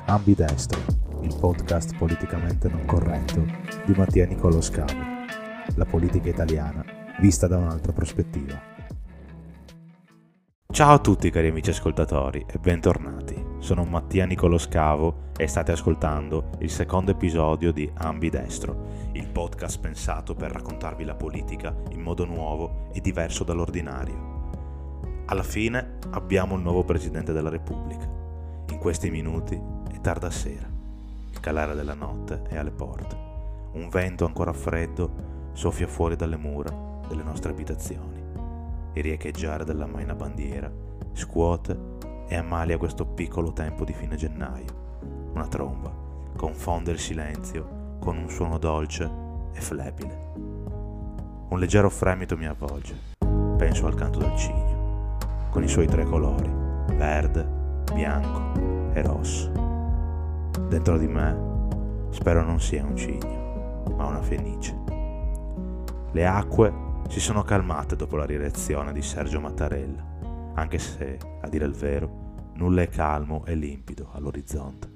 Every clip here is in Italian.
Ambidestro, il podcast politicamente non corretto di Mattia Nicolò Scavo. La politica italiana vista da un'altra prospettiva. Ciao a tutti cari amici ascoltatori e bentornati. Sono Mattia Nicolò Scavo e state ascoltando il secondo episodio di Ambidestro, il podcast pensato per raccontarvi la politica in modo nuovo e diverso dall'ordinario. Alla fine abbiamo il nuovo Presidente della Repubblica. In questi minuti è tarda sera, il calare della notte è alle porte, un vento ancora freddo soffia fuori dalle mura delle nostre abitazioni. Il riecheggiare della maina bandiera scuote e ammalia questo piccolo tempo di fine gennaio. Una tromba confonde il silenzio con un suono dolce e flebile. Un leggero fremito mi avvolge, penso al canto del cigno, con i suoi tre colori, verde, bianco e rosso. Dentro di me spero non sia un cigno, ma una fenice. Le acque si sono calmate dopo la rielezione di Sergio Mattarella, anche se, a dire il vero, nulla è calmo e limpido all'orizzonte.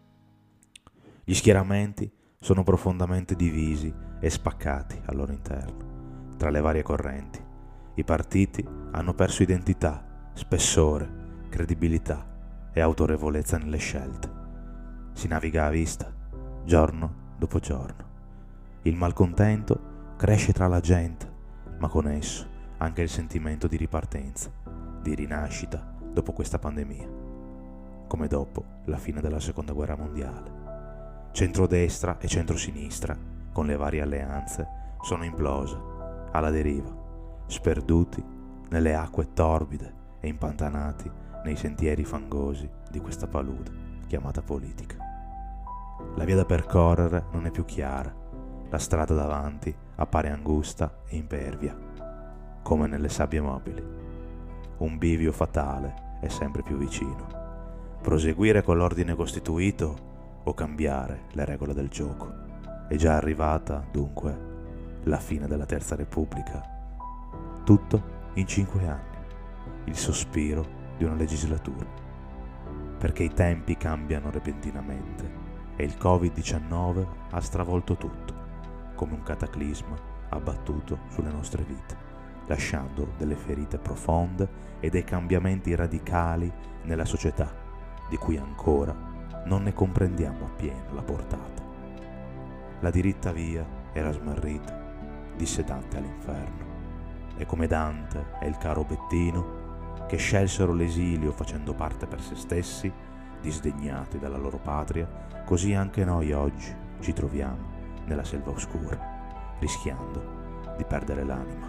Gli schieramenti sono profondamente divisi e spaccati al loro interno, tra le varie correnti. I partiti hanno perso identità, spessore, credibilità e autorevolezza nelle scelte. Si naviga a vista, giorno dopo giorno. Il malcontento cresce tra la gente, ma con esso anche il sentimento di ripartenza, di rinascita dopo questa pandemia, come dopo la fine della Seconda Guerra Mondiale. Centrodestra e centrosinistra, con le varie alleanze, sono implose, alla deriva, sperduti nelle acque torbide e impantanati nei sentieri fangosi di questa palude chiamata politica. La via da percorrere non è più chiara, la strada davanti appare angusta e impervia, come nelle sabbie mobili. Un bivio fatale è sempre più vicino. Proseguire con l'ordine costituito o cambiare le regole del gioco. È già arrivata, dunque, la fine della Terza Repubblica. Tutto in 5 anni. Il sospiro di una legislatura, perché i tempi cambiano repentinamente e il Covid-19 ha stravolto tutto, come un cataclisma abbattuto sulle nostre vite, lasciando delle ferite profonde e dei cambiamenti radicali nella società, di cui ancora non ne comprendiamo appieno la portata. La diritta via era smarrita, disse Dante all'inferno, e come Dante e il caro Bettino, che scelsero l'esilio facendo parte per se stessi, disdegnati dalla loro patria, così anche noi oggi ci troviamo nella selva oscura, rischiando di perdere l'anima.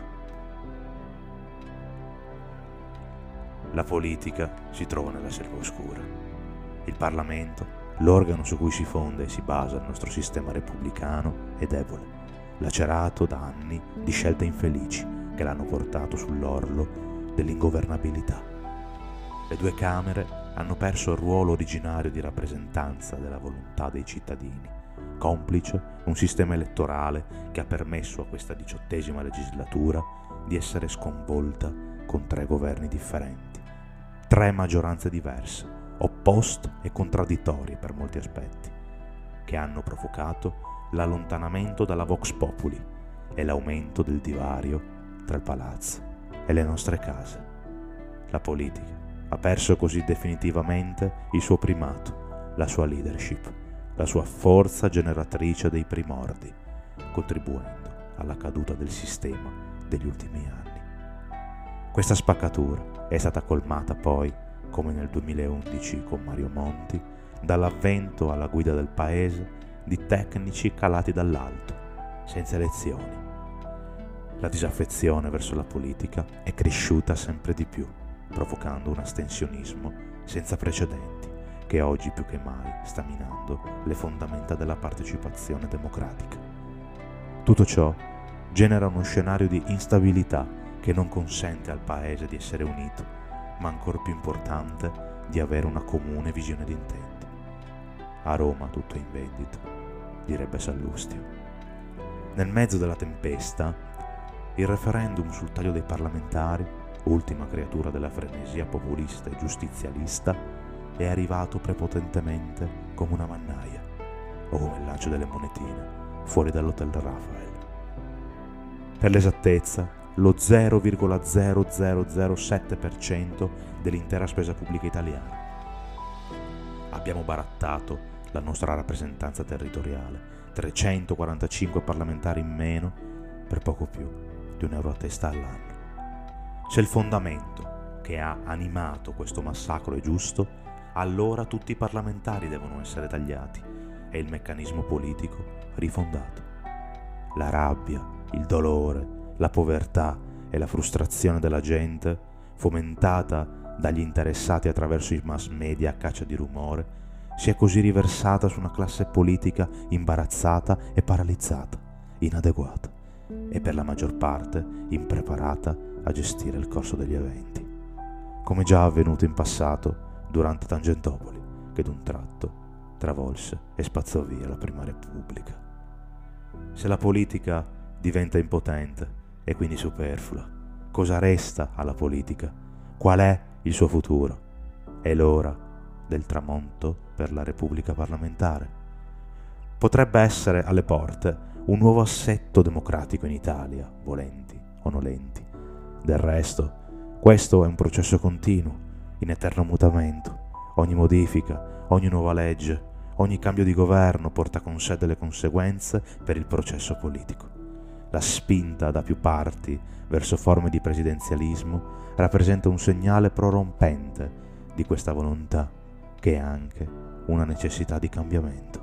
La politica si trova nella selva oscura. Il Parlamento, l'organo su cui si fonda e si basa il nostro sistema repubblicano, è debole, lacerato da anni di scelte infelici che l'hanno portato sull'orlo dell'ingovernabilità. Le due Camere hanno perso il ruolo originario di rappresentanza della volontà dei cittadini, complice un sistema elettorale che ha permesso a questa 18ª legislatura di essere sconvolta con 3 governi differenti, 3 maggioranze diverse, opposte e contraddittorie per molti aspetti, che hanno provocato l'allontanamento dalla Vox Populi e l'aumento del divario tra il palazzo e le nostre case. La politica ha perso così definitivamente il suo primato, la sua leadership, la sua forza generatrice dei primordi, contribuendo alla caduta del sistema degli ultimi anni. Questa spaccatura è stata colmata poi, come nel 2011 con Mario Monti, dall'avvento alla guida del paese di tecnici calati dall'alto, senza elezioni. La disaffezione verso la politica è cresciuta sempre di più, provocando un astensionismo senza precedenti che oggi più che mai sta minando le fondamenta della partecipazione democratica. Tutto ciò genera uno scenario di instabilità che non consente al Paese di essere unito, ma ancor più importante di avere una comune visione di intenti. A Roma tutto è in vendita, direbbe Sallustio. Nel mezzo della tempesta, il referendum sul taglio dei parlamentari, ultima creatura della frenesia populista e giustizialista, è arrivato prepotentemente come una mannaia o come il lancio delle monetine fuori dall'Hotel Rafael. Per l'esattezza, lo 0,0007% dell'intera spesa pubblica italiana. Abbiamo barattato la nostra rappresentanza territoriale, 345 parlamentari in meno per poco più di €1 a testa all'anno. Se il fondamento che ha animato questo massacro è giusto, allora tutti i parlamentari devono essere tagliati e il meccanismo politico rifondato. La rabbia, il dolore, la povertà e la frustrazione della gente, fomentata dagli interessati attraverso i mass media a caccia di rumore, si è così riversata su una classe politica imbarazzata e paralizzata, inadeguata e per la maggior parte impreparata a gestire il corso degli eventi, come già avvenuto in passato durante Tangentopoli, che d'un tratto travolse e spazzò via la Prima Repubblica. Se la politica diventa impotente e quindi superflua, cosa resta alla politica? Qual è il suo futuro? È l'ora del tramonto per la Repubblica parlamentare. Potrebbe essere alle porte un nuovo assetto democratico in Italia, volenti o nolenti. Del resto, questo è un processo continuo, in eterno mutamento. Ogni modifica, ogni nuova legge, ogni cambio di governo porta con sé delle conseguenze per il processo politico. La spinta da più parti verso forme di presidenzialismo rappresenta un segnale prorompente di questa volontà, che è anche una necessità di cambiamento.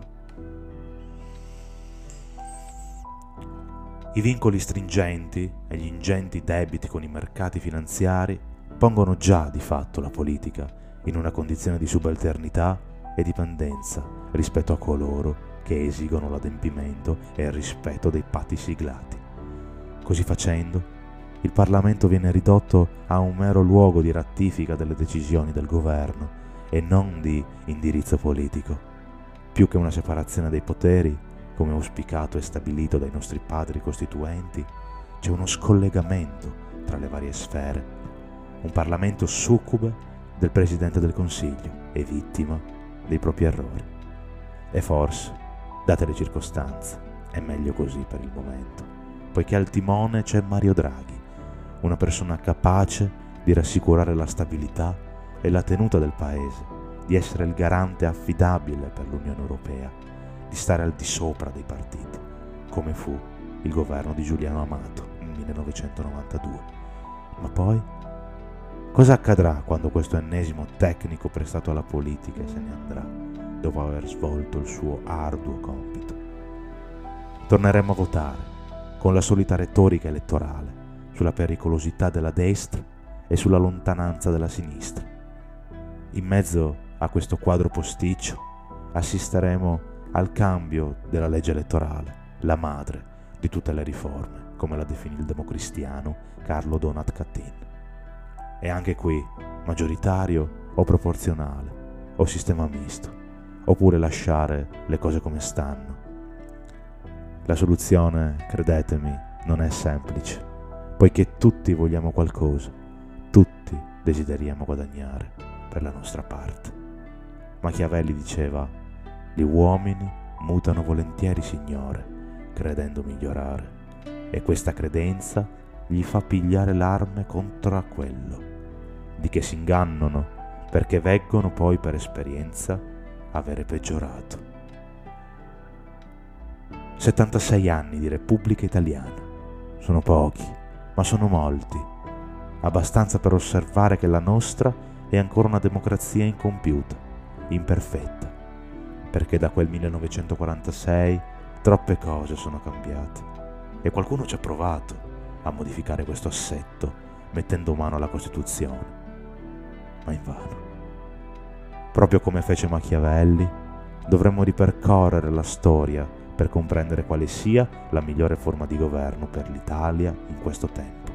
I vincoli stringenti e gli ingenti debiti con i mercati finanziari pongono già di fatto la politica in una condizione di subalternità e dipendenza rispetto a coloro che esigono l'adempimento e il rispetto dei patti siglati. Così facendo, il Parlamento viene ridotto a un mero luogo di ratifica delle decisioni del governo e non di indirizzo politico. Più che una separazione dei poteri, come auspicato e stabilito dai nostri padri costituenti, c'è uno scollegamento tra le varie sfere. Un Parlamento succube del Presidente del Consiglio e vittima dei propri errori. E forse, date le circostanze, è meglio così per il momento, poiché al timone c'è Mario Draghi, una persona capace di rassicurare la stabilità e la tenuta del Paese, di essere il garante affidabile per l'Unione Europea, di stare al di sopra dei partiti, come fu il governo di Giuliano Amato nel 1992. Ma poi, cosa accadrà quando questo ennesimo tecnico prestato alla politica se ne andrà, dopo aver svolto il suo arduo compito? Torneremo a votare, con la solita retorica elettorale, sulla pericolosità della destra e sulla lontananza della sinistra. In mezzo a questo quadro posticcio assisteremo al cambio della legge elettorale, la madre di tutte le riforme, come la definì il democristiano Carlo Donat Cattin. E anche qui, maggioritario o proporzionale, o sistema misto, oppure lasciare le cose come stanno. La soluzione, credetemi, non è semplice, poiché tutti vogliamo qualcosa, tutti desideriamo guadagnare per la nostra parte. Machiavelli diceva: gli uomini mutano volentieri, signore, credendo migliorare, e questa credenza gli fa pigliare l'arme contro a quello, di che si ingannano, perché veggono poi per esperienza avere peggiorato. 76 anni di Repubblica Italiana. Sono pochi, ma sono molti. Abbastanza per osservare che la nostra è ancora una democrazia incompiuta, imperfetta, perché da quel 1946 troppe cose sono cambiate e qualcuno ci ha provato a modificare questo assetto mettendo mano alla Costituzione, ma invano. Proprio come fece Machiavelli, dovremmo ripercorrere la storia per comprendere quale sia la migliore forma di governo per l'Italia in questo tempo.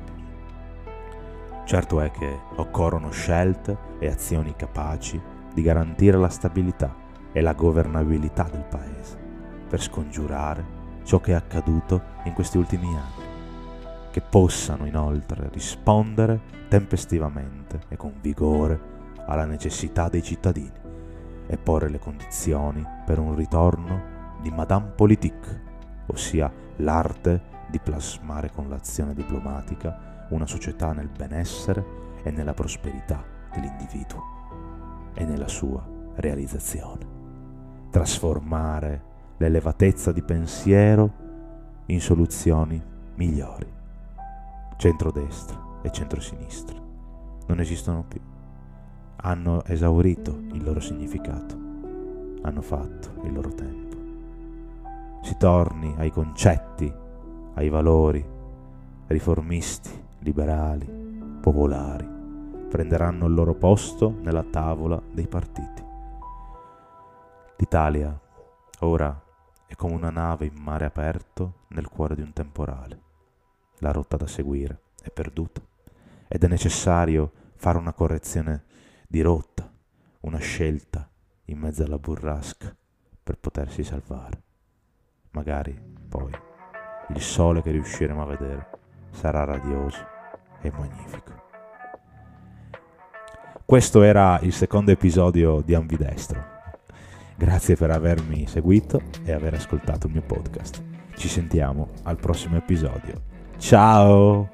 Certo è che occorrono scelte e azioni capaci di garantire la stabilità e la governabilità del Paese, per scongiurare ciò che è accaduto in questi ultimi anni, che possano inoltre rispondere tempestivamente e con vigore alla necessità dei cittadini e porre le condizioni per un ritorno di Madame Politique, ossia l'arte di plasmare con l'azione diplomatica una società nel benessere e nella prosperità dell'individuo e nella sua realizzazione. Trasformare l'elevatezza di pensiero in soluzioni migliori. Centrodestra e centrosinistra non esistono più. Hanno esaurito il loro significato, hanno fatto il loro tempo. Si torni ai concetti, ai valori riformisti, liberali, popolari. Prenderanno il loro posto nella tavola dei partiti. L'Italia ora è come una nave in mare aperto nel cuore di un temporale. La rotta da seguire è perduta ed è necessario fare una correzione di rotta, una scelta in mezzo alla burrasca per potersi salvare. Magari poi il sole che riusciremo a vedere sarà radioso e magnifico. Questo era il secondo episodio di Ambidestro. Grazie per avermi seguito e aver ascoltato il mio podcast. Ci sentiamo al prossimo episodio. Ciao!